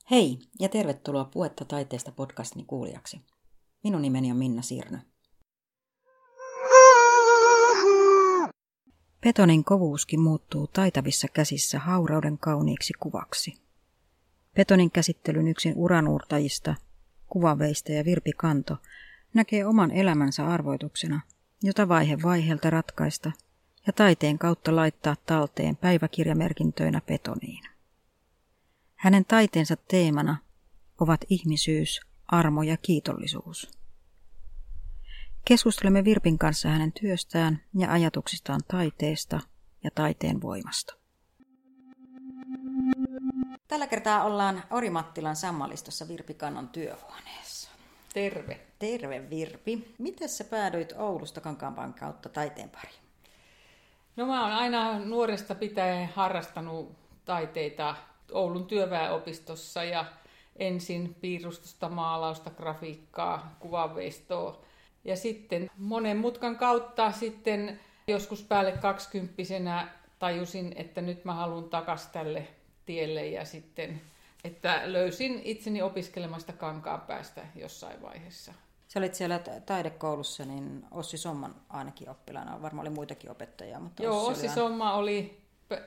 Hei ja tervetuloa Puhetta taiteesta podcastini kuulijaksi. Minun nimeni on Minna Sirnö. Betonin kovuuskin muuttuu taitavissa käsissä haurauden kauniiksi kuvaksi. Betonin käsittelyn yksin uranuurtajista, kuvaveistä ja Virpi Kanto näkee oman elämänsä arvoituksena, jota vaihe vaiheelta ratkaista ja taiteen kautta laittaa talteen päiväkirjamerkintöinä betoniin. Hänen taiteensa teemana ovat ihmisyys, armo ja kiitollisuus. Keskustelemme Virpin kanssa hänen työstään ja ajatuksistaan taiteesta ja taiteen voimasta. Tällä kertaa ollaan Orimattilan Sammalistossa Virpi Kannon työhuoneessa. Terve. Terve Virpi. Miten sä päädyit Oulusta Kankaanpään kautta taiteen pariin? No mä oon aina nuoresta pitäen harrastanut taiteita Oulun työväenopistossa ja ensin piirustusta, maalausta, grafiikkaa, kuvanveistoa. Ja sitten monen mutkan kautta sitten joskus päälle 20-vuotiaana tajusin, että nyt mä haluan takaisin tälle tielle ja sitten, että löysin itseni opiskelemasta Kankaanpäästä jossain vaiheessa. Sä olit siellä taidekoulussa, niin Ossi Somman ainakin oppilaana, varmaan oli muitakin opettajia. Mutta Joo, Ossi Somma oli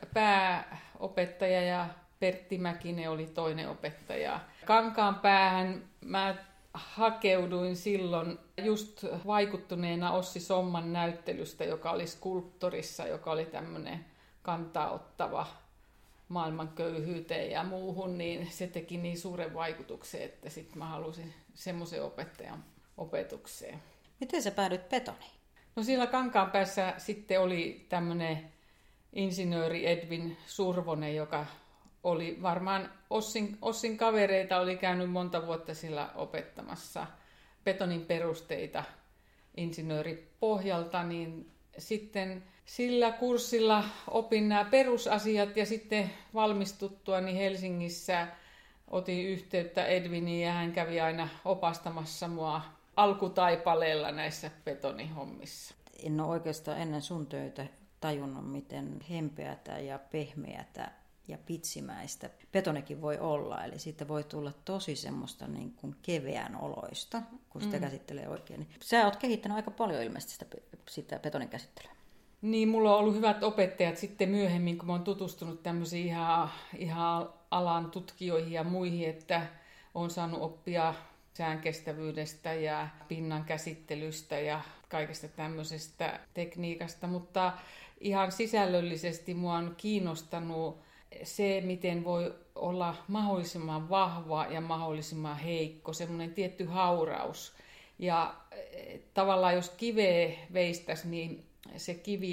pääopettaja ja Pertti Mäkinen oli toinen opettaja. Kankaanpäähän mä hakeuduin silloin just vaikuttuneena Ossi Somman näyttelystä, joka oli Skulptorissa, joka oli tämmöinen kantaa ottava maailman köyhyyteen ja muuhun, niin se teki niin suuren vaikutuksen, että sitten mä halusin semmoisen opettajan opetukseen. Miten sä päädyit betoniin? No siellä Kankaanpäässä sitten oli tämmöinen insinööri Edvin Survonen, joka oli varmaan Ossin kavereita, oli käynyt monta vuotta sillä opettamassa betonin perusteita insinööripohjalta, niin sitten sillä kurssilla opin nämä perusasiat ja sitten valmistuttua niin Helsingissä otin yhteyttä Edviniin ja hän kävi aina opastamassa mua alkutaipaleella näissä betonihommissa. En ole oikeastaan ennen sun töitä tajunnut, miten hempeätä ja pehmeätä ja pitsimäistä betonikin voi olla. Eli siitä voi tulla tosi semmoista niin kuin keveän oloista, kun sitä käsittelee oikein. Sä oot kehittänyt aika paljon ilmeisesti sitä betonin käsittelyä. Niin, mulla on ollut hyvät opettajat sitten myöhemmin, kun mä oon tutustunut tämmöisiin ihan alan tutkijoihin ja muihin, että oon saanut oppia säänkestävyydestä ja pinnan käsittelystä ja kaikesta tämmöisestä tekniikasta, mutta ihan sisällöllisesti mua on kiinnostanut se, miten voi olla mahdollisimman vahva ja mahdollisimman heikko, semmoinen tietty hauraus. Ja tavallaan jos kiveä veistäisi, niin se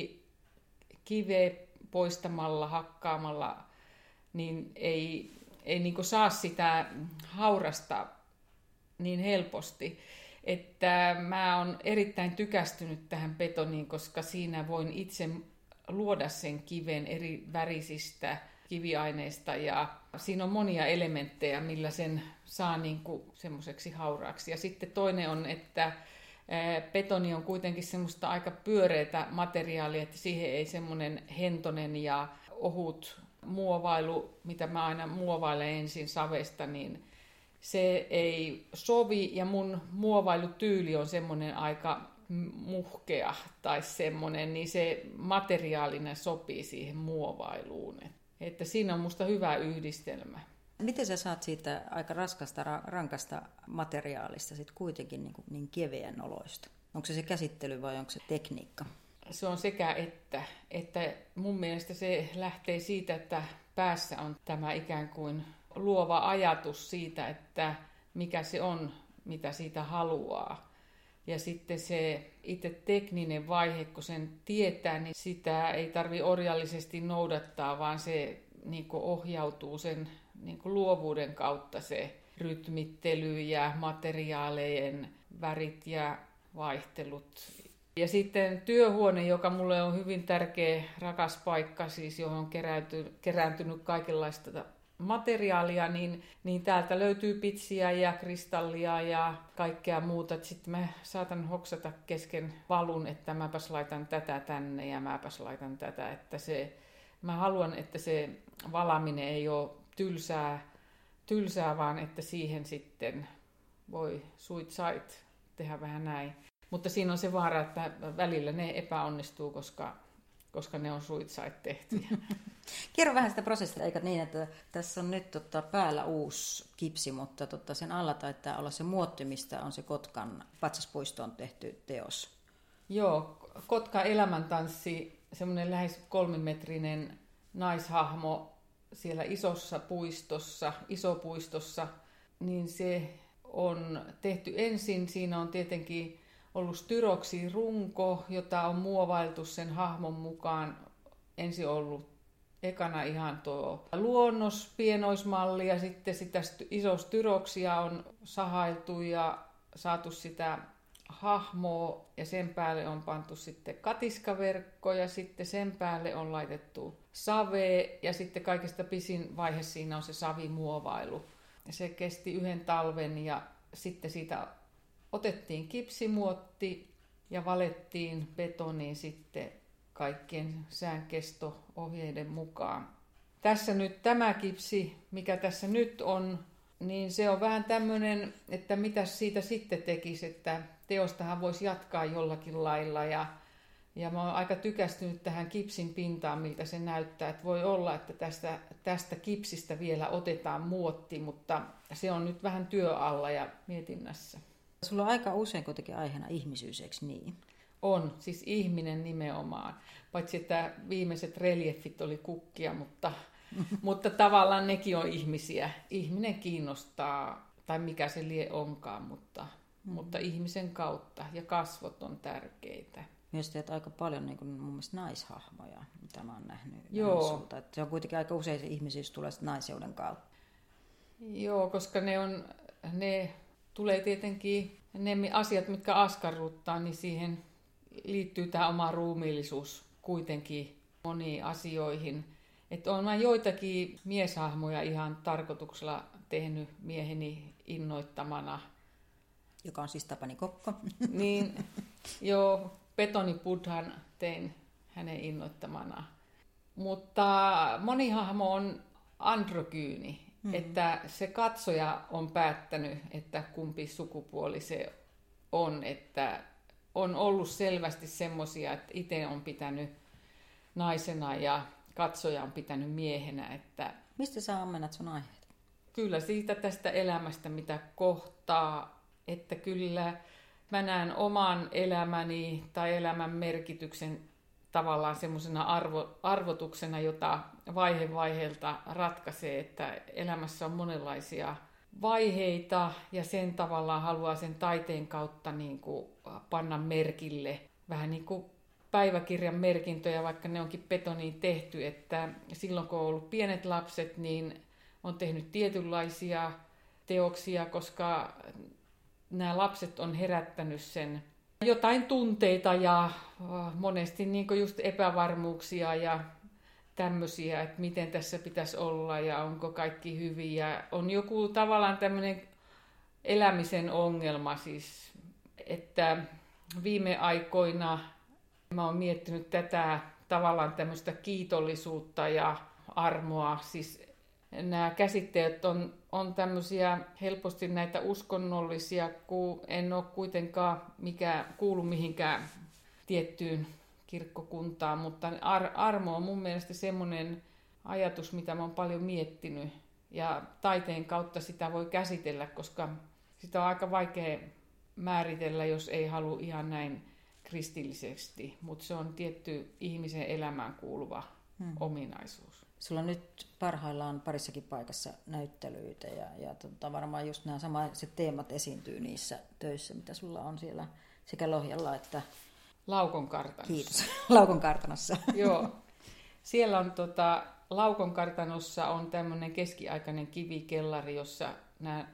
kiveä poistamalla, hakkaamalla, niin ei niin kuin saa sitä haurasta niin helposti. Että mä oon erittäin tykästynyt tähän betoniin, koska siinä voin itse luoda sen kiven eri värisistä kiviaineista ja siinä on monia elementtejä, millä sen saa niin kuin semmoiseksi hauraaksi. Ja sitten toinen on, että betoni on kuitenkin semmoista aika pyöreätä materiaalia, että siihen ei semmoinen hentonen ja ohut muovailu, mitä mä aina muovailen ensin savesta, niin se ei sovi ja mun muovailutyyli on semmoinen aika muhkea tai semmoinen, niin se materiaalina sopii siihen muovailuun. Että siinä on musta hyvä yhdistelmä. Miten sä saat siitä aika raskasta, rankasta materiaalista sit kuitenkin niin keveän oloista? Onko se käsittely vai onko se tekniikka? Se on sekä että mun mielestä se lähtee siitä, että päässä on tämä ikään kuin luova ajatus siitä, että mikä se on, mitä siitä haluaa. Ja sitten se itse tekninen vaihe, kun sen tietää, niin sitä ei tarvitse orjallisesti noudattaa, vaan se niin kuin ohjautuu sen niin kuin luovuuden kautta se rytmittely ja materiaalejen värit ja vaihtelut. Ja sitten työhuone, joka mulle on hyvin tärkeä, rakas paikka, siis johon on kerääntynyt kaikenlaista materiaalia, niin täältä löytyy pitsiä ja kristallia ja kaikkea muuta. Sitten mä saatan hoksata kesken valun, että mäpäs laitan tätä tänne ja mäpäs laitan tätä. Että mä haluan, että se valaminen ei ole tylsää tylsää, vaan että siihen sitten voi suitsait tehdä vähän näin. Mutta siinä on se vaara, että välillä ne epäonnistuu, koska ne on suitsait tehty. Kerro vähän sitä prosessista, eikö niin, että tässä on nyt päällä uusi kipsi, mutta sen alla taitaa olla se muotti, mistä on se Kotkan patsaspuistoon tehty teos. Joo, Kotkan elämäntanssi, semmoinen lähes 3-metrinen naishahmo siellä isopuistossa, niin se on tehty ensin. Siinä on tietenkin ollut styroksin-runko, jota on muovailtu sen hahmon mukaan. Ensin ollut ekana ihan tuo luonnos, pienoismalli ja sitten sitä styroksia on sahailtu ja saatu sitä hahmoa ja sen päälle on pantu sitten katiskaverkko ja sitten sen päälle on laitettu save ja sitten kaikista pisin vaihe siinä on se savimuovailu. Se kesti 1 talven ja sitten siitä otettiin kipsimuotti ja valettiin betoniin sitten kaikkien säänkesto-ohjeiden mukaan. Tässä nyt tämä kipsi, mikä tässä nyt on, niin se on vähän tämmöinen, että mitä siitä sitten tekisi, että teostahan voisi jatkaa jollakin lailla. Ja mä oon aika tykästynyt tähän kipsin pintaan, miltä se näyttää. Että voi olla, että tästä kipsistä vielä otetaan muotti, mutta se on nyt vähän työalla ja mietinnässä. Sulla on aika usein kuitenkin aiheena ihmisyys, eikö niin? On, siis ihminen nimenomaan. Paitsi että viimeiset reliefit oli kukkia, mutta tavallaan nekin on ihmisiä. Ihminen kiinnostaa, tai mikä se lie onkaan, mutta ihmisen kautta ja kasvot on tärkeitä. Myös teet aika paljon niin kuin mun mielestä naishahmoja, mitä mä oon nähnyt. Joo. Että se on kuitenkin aika usein se ihmisyys tulee naiseuden kautta. Joo, koska ne tulee tietenkin, ne asiat, mitkä askarruttaa, niin siihen liittyy tämä oma ruumiillisuus kuitenkin moniin asioihin. Että olen mä joitakin mieshahmoja ihan tarkoituksella tehnyt mieheni innoittamana. Joka on siis Tapani Kokko. Niin, joo, betonipudhan tein hänen innoittamana. Mutta moni hahmo on androgyyni, että se katsoja on päättänyt, että kumpi sukupuoli se on. Että on ollut selvästi semmoisia, että itse on pitänyt naisena ja katsoja on pitänyt miehenä. Että mistä sä ammennat sun aiheet? Kyllä siitä tästä elämästä, mitä kohtaa. Että kyllä mä näen oman elämäni tai elämän merkityksen tavallaan semmoisena arvotuksena, jota vaiheelta ratkaisee, että elämässä on monenlaisia vaiheita ja sen tavallaan haluaa sen taiteen kautta niin kuin panna merkille. Vähän niin kuin päiväkirjan merkintöjä, vaikka ne onkin betoniin tehty, että silloin kun on ollut pienet lapset, niin on tehnyt tietynlaisia teoksia, koska nämä lapset on herättänyt sen jotain tunteita ja monesti niin kuin just epävarmuuksia ja tämmöisiä, että miten tässä pitäisi olla ja onko kaikki hyviä. On joku tavallaan tämmöinen elämisen ongelma siis, että viime aikoina mä oon miettinyt tätä tavallaan tämmöistä kiitollisuutta ja armoa. Siis nämä käsitteet on tämmöisiä helposti näitä uskonnollisia, kun en ole kuitenkaan kuulu mihinkään tiettyyn kirkkokuntaan, mutta armo on mun mielestä semmoinen ajatus, mitä mä oon paljon miettinyt. Ja taiteen kautta sitä voi käsitellä, koska sitä on aika vaikea määritellä, jos ei halua ihan näin kristillisesti, mutta se on tietty ihmisen elämään kuuluva ominaisuus. Sulla on nyt parhaillaan parissakin paikassa näyttelyitä ja varmaan just nämä samaiset teemat esiintyy niissä töissä, mitä sulla on siellä sekä Lohjalla että Laukon kartanossa. Kiitos. Laukon kartanossa. Joo. Siellä on Laukon kartanossa on tämmöinen keskiaikainen kivikellari, jossa nämä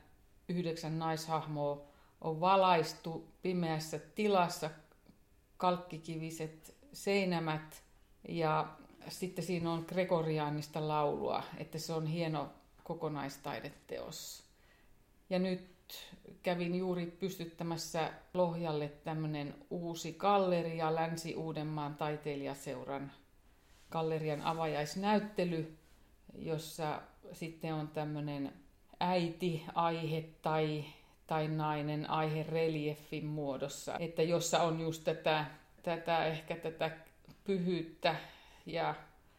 9 naishahmoa on valaistu pimeässä tilassa, kalkkikiviset seinämät ja sitten siinä on gregoriaanista laulua, että se on hieno kokonaistaideteos. Ja nyt kävin juuri pystyttämässä Lohjalle tämmöinen uusi galleria, Länsi-Uudenmaan taiteilijaseuran gallerian avajaisnäyttely, jossa sitten on tämmöinen äiti-aihe tai nainen aihe reliefin muodossa, että jossa on just tätä pyhyyttä ja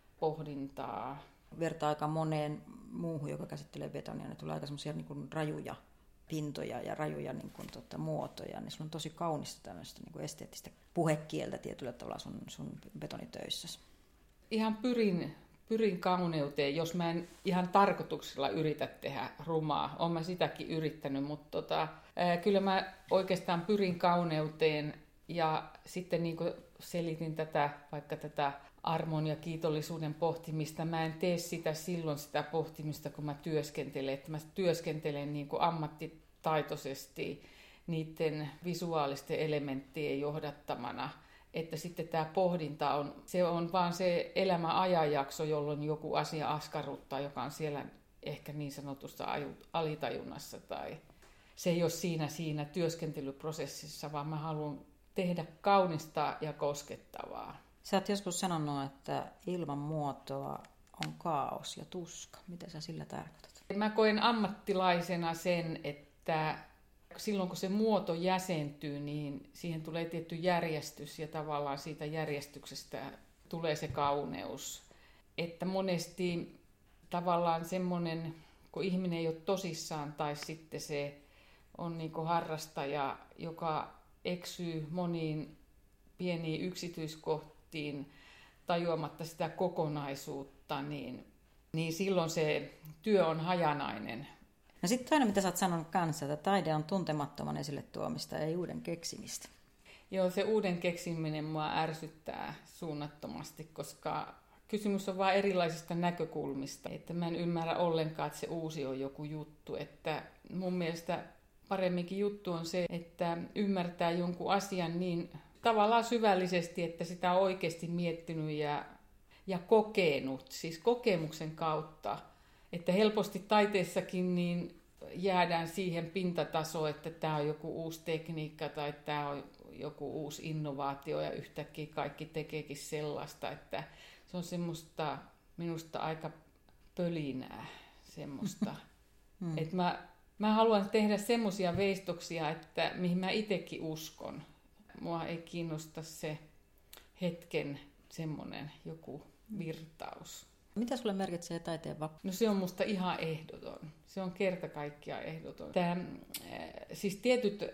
pohdintaa. Vertaa aika moneen muuhun, joka käsittelee betonia, ne tulee aika semmoisia niin kuin rajuja pintoja ja rajuja niin kuin, muotoja, niin sulla on tosi kaunista tämmöistä niin kuin esteettistä puhekieltä tietyllä tavalla sun betonitöissäsi. Ihan pyrin kauneuteen, jos mä en ihan tarkoituksella yritä tehdä rumaa. Olen mä sitäkin yrittänyt, mutta kyllä mä oikeastaan pyrin kauneuteen ja sitten niin kuin selitin vaikka tätä armon ja kiitollisuuden pohtimista. Mä en tee silloin sitä pohtimista, kun mä työskentelen. Että mä työskentelen niin kuin ammattitaitoisesti niiden visuaalisten elementtien johdattamana. Että sitten tämä pohdinta on vaan se elämän ajanjakso, jolloin joku asia askarruttaa, joka on siellä ehkä niin sanotusta alitajunnassa. Tai se ei ole siinä työskentelyprosessissa, vaan mä haluan tehdä kaunista ja koskettavaa. Sä oot joskus sanonut, että ilman muotoa on kaos ja tuska. Mitä sä sillä tarkoitat? Mä koen ammattilaisena sen, että silloin kun se muoto jäsentyy, niin siihen tulee tietty järjestys ja tavallaan siitä järjestyksestä tulee se kauneus. Että monesti tavallaan semmoinen, kun ihminen ei ole tosissaan tai sitten se on niin kuin harrastaja, joka eksyy moniin pieniin yksityiskohtiin tajuamatta sitä kokonaisuutta, niin silloin se työ on hajanainen. No sitten toinen, mitä sä oot sanonut kanssa, että taide on tuntemattoman esille tuomista, ei uuden keksimistä. Joo, se uuden keksiminen mua ärsyttää suunnattomasti, koska kysymys on vain erilaisista näkökulmista. Että mä en ymmärrä ollenkaan, että se uusi on joku juttu. Että mun mielestä paremminkin juttu on se, että ymmärtää jonkun asian niin tavallaan syvällisesti, että sitä on oikeasti miettinyt ja kokenut, siis kokemuksen kautta. Että helposti taiteessakin niin jäädään siihen pintatasoon, että tämä on joku uusi tekniikka tai tämä on joku uusi innovaatio ja yhtäkkiä kaikki tekeekin sellaista, että se on semmoista minusta aika pölinää semmoista. Että mä haluan tehdä semmoisia veistoksia, että mihin mä itsekin uskon. Mua ei kiinnosta se hetken semmoinen joku virtaus. Mitä sulle merkitsee taiteen vapaus? No se on musta ihan ehdoton. Se on kerta kaikkiaan ehdoton. Siis tietyt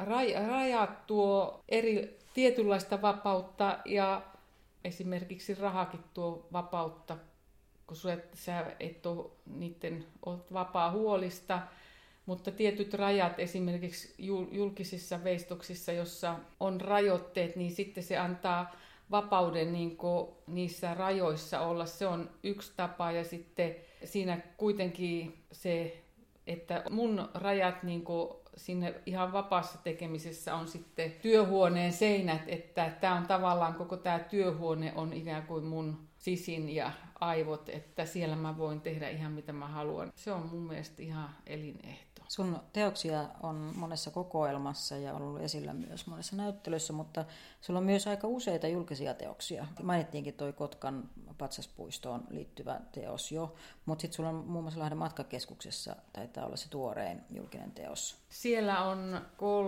rajat tuo tietynlaista vapautta ja esimerkiksi rahakin tuo vapautta, kun sä et ole oot vapaa huolista. Mutta tietyt rajat esimerkiksi julkisissa veistoksissa, jossa on rajoitteet, niin sitten se antaa vapauden niin niissä rajoissa olla. Se on yksi tapa ja sitten siinä kuitenkin se, että mun rajat niin sinne ihan vapaassa tekemisessä on sitten työhuoneen seinät, että tämä on tavallaan koko tämä työhuone on ikään kuin mun sisin ja aivot, että siellä mä voin tehdä ihan mitä mä haluan. Se on mun mielestä ihan elinehto. Sun teoksia on monessa kokoelmassa ja on ollut esillä myös monessa näyttelyssä, mutta sulla on myös aika useita julkisia teoksia. Mainittiinkin toi Kotkan patsaspuistoon liittyvä teos jo, mutta sitten sulla on muun muassa Lahden matkakeskuksessa, taitaa olla se tuorein julkinen teos. Siellä on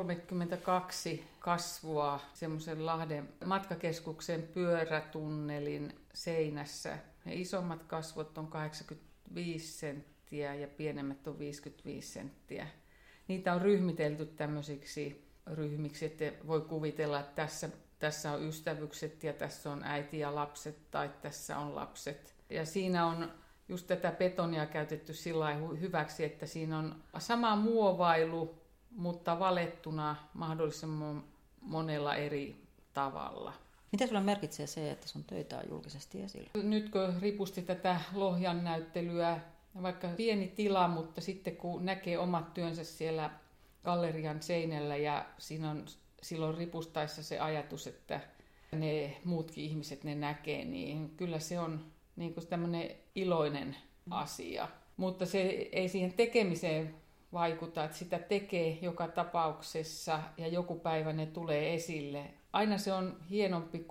32 kasvua semmoisen Lahden matkakeskuksen pyörätunnelin seinässä. Ne isommat kasvot on 85 senttiä ja pienemmät on 55 senttiä. Niitä on ryhmitelty tämmöisiksi ryhmiksi, että voi kuvitella, että tässä on ystävykset ja tässä on äiti ja lapset tai tässä on lapset. Ja siinä on just tätä betonia käytetty sillä hyväksi, että siinä on sama muovailu, mutta valettuna mahdollisimman monella eri tavalla. Mitä sulla merkitsee se, että sun töitä on julkisesti esillä? Nyt kun ripusti tätä Lohjan näyttelyä, vaikka pieni tila, mutta sitten kun näkee omat työnsä siellä gallerian seinällä ja siinä on silloin ripustaessa se ajatus, että ne muutkin ihmiset ne näkee, niin kyllä se on niin kuin tämmöinen iloinen asia. Mutta se ei siihen tekemiseen vaikuta, että sitä tekee joka tapauksessa ja joku päivä ne tulee esille. Aina se on hienompi, kun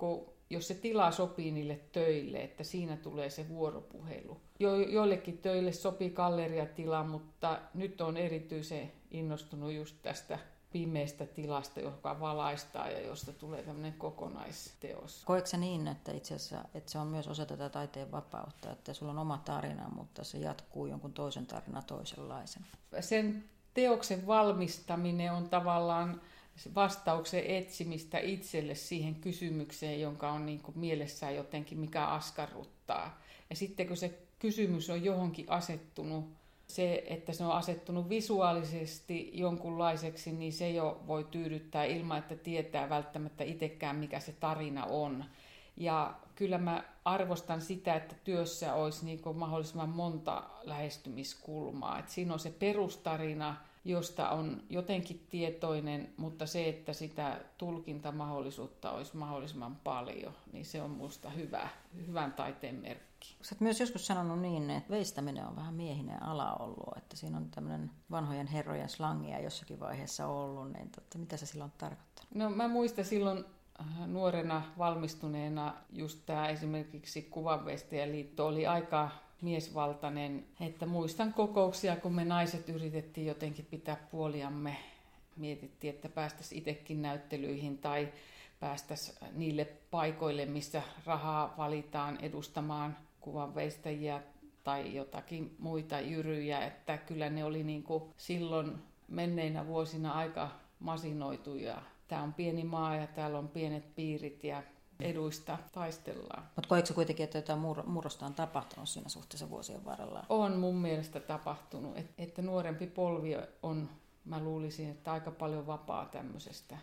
jos se tila sopii niille töille, että siinä tulee se vuoropuhelu. Joillekin töille sopii galleriatila, mutta nyt on erityisen innostunut just tästä pimeästä tilasta, joka valaistaa ja josta tulee tämmöinen kokonaisteos. Koetko niin, että itse asiassa että se on myös osa tätä taiteen vapautta, että sulla on oma tarina, mutta se jatkuu jonkun toisen tarina toisenlaisen? Sen teoksen valmistaminen on tavallaan vastauksen etsimistä itselle siihen kysymykseen, jonka on niin kuin mielessään jotenkin, mikä askarruttaa. Ja sitten kun se kysymys on johonkin asettunut, se, että se on asettunut visuaalisesti jonkunlaiseksi, niin se jo voi tyydyttää ilman, että tietää välttämättä itsekään, mikä se tarina on. Ja kyllä mä arvostan sitä, että työssä olisi niin kuin mahdollisimman monta lähestymiskulmaa. Et siinä on se perustarina, josta on jotenkin tietoinen, mutta se, että sitä tulkintamahdollisuutta olisi mahdollisimman paljon, niin se on minusta hyvän taiteen merkki. Sä oot myös joskus sanonut niin, että veistäminen on vähän miehinen ala ollut, että siinä on tämmöinen vanhojen herrojen slangia jossakin vaiheessa ollut, niin mitä sä silloin tarkoittanut? No mä muistan silloin nuorena valmistuneena just tämä esimerkiksi Kuvanveistäjäliitto oli aika miesvaltainen, että muistan kokouksia, kun me naiset yritettiin jotenkin pitää puoliamme. Mietittiin, että päästäisiin itsekin näyttelyihin tai päästäisiin niille paikoille, missä rahaa valitaan edustamaan kuvanveistäjiä tai jotakin muita jyryjä. Että kyllä ne oli niin kuin silloin menneinä vuosina aika masinoituja. Tämä on pieni maa ja täällä on pienet piirit ja eduista taistellaan. Mutta koetko kuitenkin, että jotain murrosta on tapahtunut siinä suhteessa vuosien varrella? On mun mielestä tapahtunut, että nuorempi polvi on, mä luulisin, että aika paljon vapaa tämmöisestä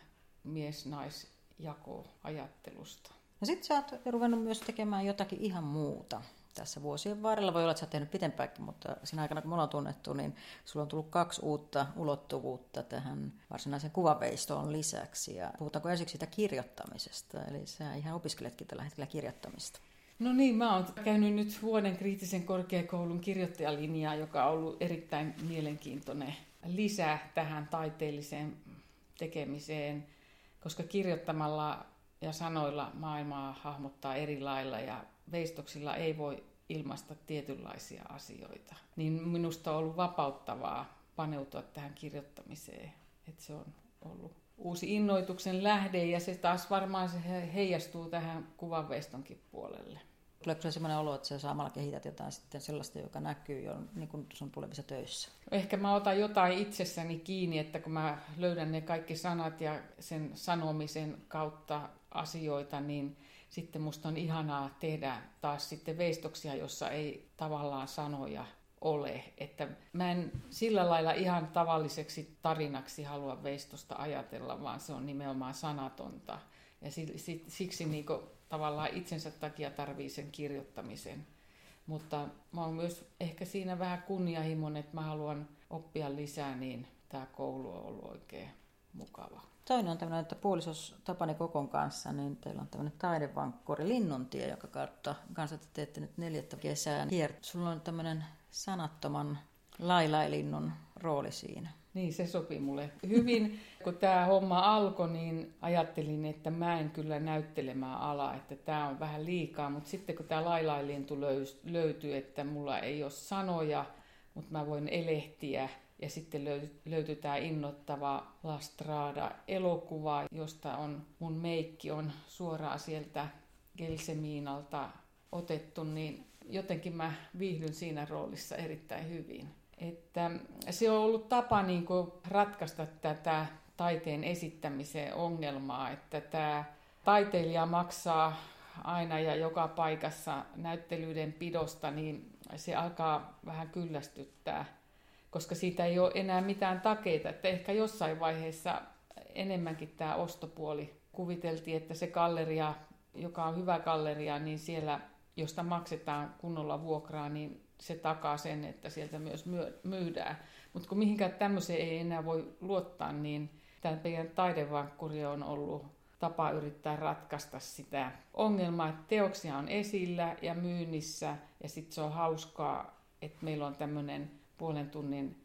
mies-naisjako-ajattelusta. No sit sä oot ruvennut myös tekemään jotakin ihan muuta. Tässä vuosien varrella voi olla, että sä oot tehnyt pitempäänkin, mutta siinä aikana kun me ollaan tunnettu, niin sulla on tullut 2 uutta ulottuvuutta tähän varsinaisen kuvanveistoon lisäksi. Ja puhutaanko ensiksi siitä kirjoittamisesta? Eli sä ihan opiskeletkin tällä hetkellä kirjoittamista. No niin, mä oon käynyt nyt vuoden kriittisen korkeakoulun kirjoittajalinjaa, joka on ollut erittäin mielenkiintoinen lisä tähän taiteelliseen tekemiseen, koska kirjoittamalla ja sanoilla maailmaa hahmottaa eri lailla ja veistoksilla ei voi ilmaista tietynlaisia asioita. Niin minusta on ollut vapauttavaa paneutua tähän kirjoittamiseen, että se on ollut uusi innoituksen lähde ja se taas varmaan se heijastuu tähän kuvanveistonkin puolelle. Tuleeko se sellainen olo, että sä samalla kehität jotain sitten sellaista, joka näkyy jo niin kuin sun tulevissa töissä? Ehkä mä otan jotain itsessäni kiinni, että kun mä löydän ne kaikki sanat ja sen sanomisen kautta asioita, niin sitten musta on ihanaa tehdä taas sitten veistoksia, jossa ei tavallaan sanoja ole. Että mä en sillä lailla ihan tavalliseksi tarinaksi halua veistosta ajatella, vaan se on nimenomaan sanatonta. Ja siksi niin tavallaan itsensä takia tarvii sen kirjoittamisen. Mutta mä oon myös ehkä siinä vähän kunnianhimoinen, että mä haluan oppia lisää, niin tämä koulu on ollut oikein mukava. Toinen on tämmöinen, että puolisos Tapani Kokon kanssa, niin teillä on tämmöinen taidevankkuri Linnuntie, joka kanssa te teette nyt 4. kesään. Sulla on tämmöinen sanattoman lailai-linnun rooli siinä. Niin, se sopi mulle hyvin. Kun tämä homma alkoi, niin ajattelin, että mä en kyllä näyttelemään ala, että tämä on vähän liikaa. Mutta sitten kun tämä lailai-lintu löytyi, että mulla ei ole sanoja, mutta mä voin elehtiä. Ja sitten löytyi tämä innoittava La Strada-elokuva, josta mun meikki on suoraan sieltä Gelsemiinalta otettu, niin jotenkin mä viihdyn siinä roolissa erittäin hyvin. Että se on ollut tapa niin kuin ratkaista tätä taiteen esittämisen ongelmaa, että tämä taiteilija maksaa aina ja joka paikassa näyttelyiden pidosta, niin se alkaa vähän kyllästyttää, koska siitä ei ole enää mitään takeita, että ehkä jossain vaiheessa enemmänkin tämä ostopuoli kuviteltiin, että se galleria, joka on hyvä galleria, niin siellä, josta maksetaan kunnolla vuokraa, niin se takaa sen, että sieltä myös myydään. Mutta kun mihinkään tämmöiseen ei enää voi luottaa, niin tämä meidän taidevankkuri on ollut tapa yrittää ratkaista sitä ongelmaa, että teoksia on esillä ja myynnissä, ja sitten se on hauskaa, että meillä on tämmöinen puolen tunnin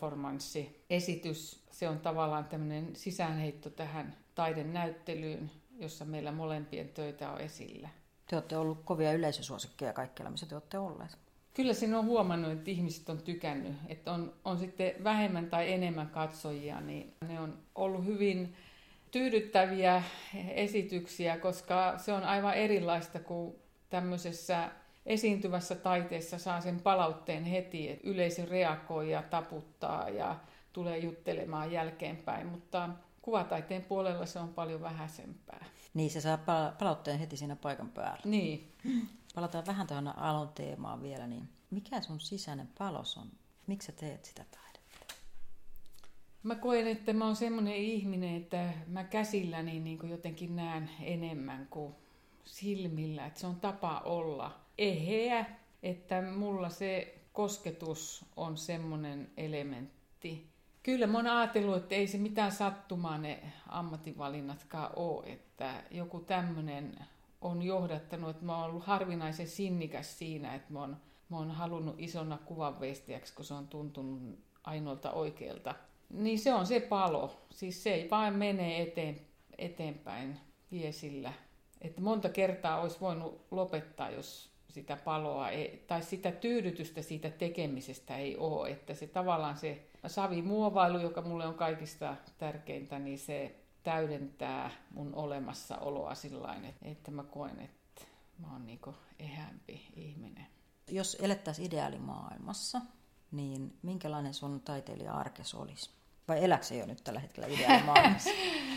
taideperformanssi-esitys. Se on tavallaan tämmöinen sisäänheitto tähän taidenäyttelyyn, jossa meillä molempien töitä on esillä. Te olette ollut kovia yleisösuosikkeja kaikkialla, missä te olette olleet. Kyllä siinä on huomannut, että ihmiset on tykännyt, että on sitten vähemmän tai enemmän katsojia, niin ne on ollut hyvin tyydyttäviä esityksiä, koska se on aivan erilaista kuin tämmöisessä esiintyvässä taiteessa saa sen palautteen heti, että yleisö reagoi ja taputtaa ja tulee juttelemaan jälkeenpäin, mutta kuvataiteen puolella se on paljon vähäisempää. Niin, se saa palautteen heti siinä paikan päällä. Niin. Palataan vähän tuohon Alon teemaan vielä, niin mikä sun sisäinen palos on? Miksi sä teet sitä taidetta? Mä koen, että mä oon semmoinen ihminen, että mä käsilläni niin kuin jotenkin näen enemmän kuin silmillä. Että se on tapa olla eheä, että mulla se kosketus on semmoinen elementti. Kyllä mä oon ajatellut, että ei se mitään sattumaa ne ammatinvalinnatkaan ole, että joku tämmöinen on johdattanut, että mä oon ollut harvinaisen sinnikäs siinä, että mä oon halunnut isona kuvanveistäjäksi, kun se on tuntunut ainoalta oikealta. Niin se on se palo, siis se ei vaan mene eteenpäin viesillä. Että monta kertaa olisi voinut lopettaa, jos sitä paloa tai sitä tyydytystä siitä tekemisestä ei ole. Että se tavallaan se savimuovailu, joka mulle on kaikista tärkeintä, niin se täydentää mun olemassaoloa sillain, että mä koen, että mä oon niinku ehämpi ihminen. Jos elettäisiin ideaalimaailmassa, niin minkälainen sun taiteilija-arkes olisi? Vai eläkö se jo nyt tällä hetkellä ideaalimaailmassa?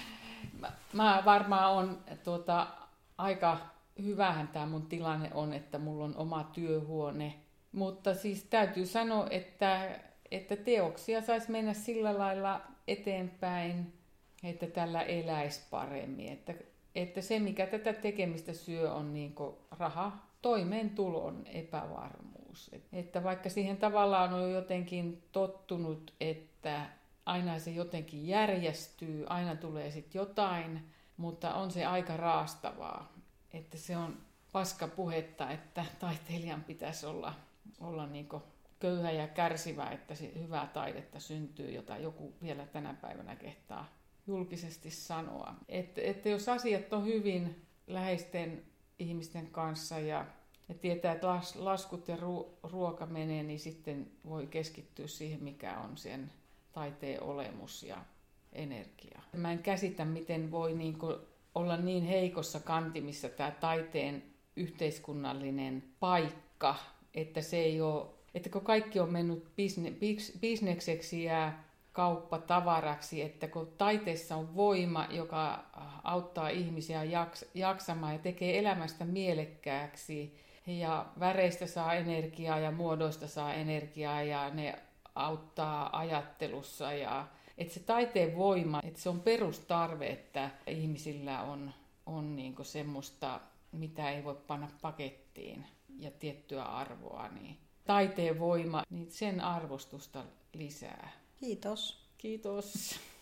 Mä varmaan on aika hyvähän tämä mun tilanne on, että mulla on oma työhuone. Mutta siis täytyy sanoa, että teoksia saisi mennä sillä lailla eteenpäin, että tällä eläisi paremmin. Että se, mikä tätä tekemistä syö, on niinku raha, toimeentulon epävarmuus. Että vaikka siihen tavallaan on jotenkin tottunut, että aina se jotenkin järjestyy, aina tulee sitten jotain, mutta on se aika raastavaa. Että se on paskapuhetta, että taiteilijan pitäisi olla niinku köyhä ja kärsivä, että se hyvää taidetta syntyy, jota joku vielä tänä päivänä kehtaa julkisesti sanoa. Että jos asiat on hyvin läheisten ihmisten kanssa ja tietää, että laskut ja ruoka menee, niin sitten voi keskittyä siihen, mikä on sen taiteen olemus ja energia. Mä en käsitä, miten voi olla niin heikossa kantimissa tämä taiteen yhteiskunnallinen paikka, että se ei ole, että kun kaikki on mennyt bisnekseksi ja kauppatavaraksi, että kun taiteessa on voima, joka auttaa ihmisiä jaksamaan ja tekee elämästä mielekkääksi ja väreistä saa energiaa ja muodoista saa energiaa ja ne auttaa ajattelussa ja että se taiteen voima, että se on perustarve, että ihmisillä on niinku semmoista, mitä ei voi panna pakettiin ja tiettyä arvoa, niin taiteen voima, niin sen arvostusta lisää. Kiitos. Kiitos.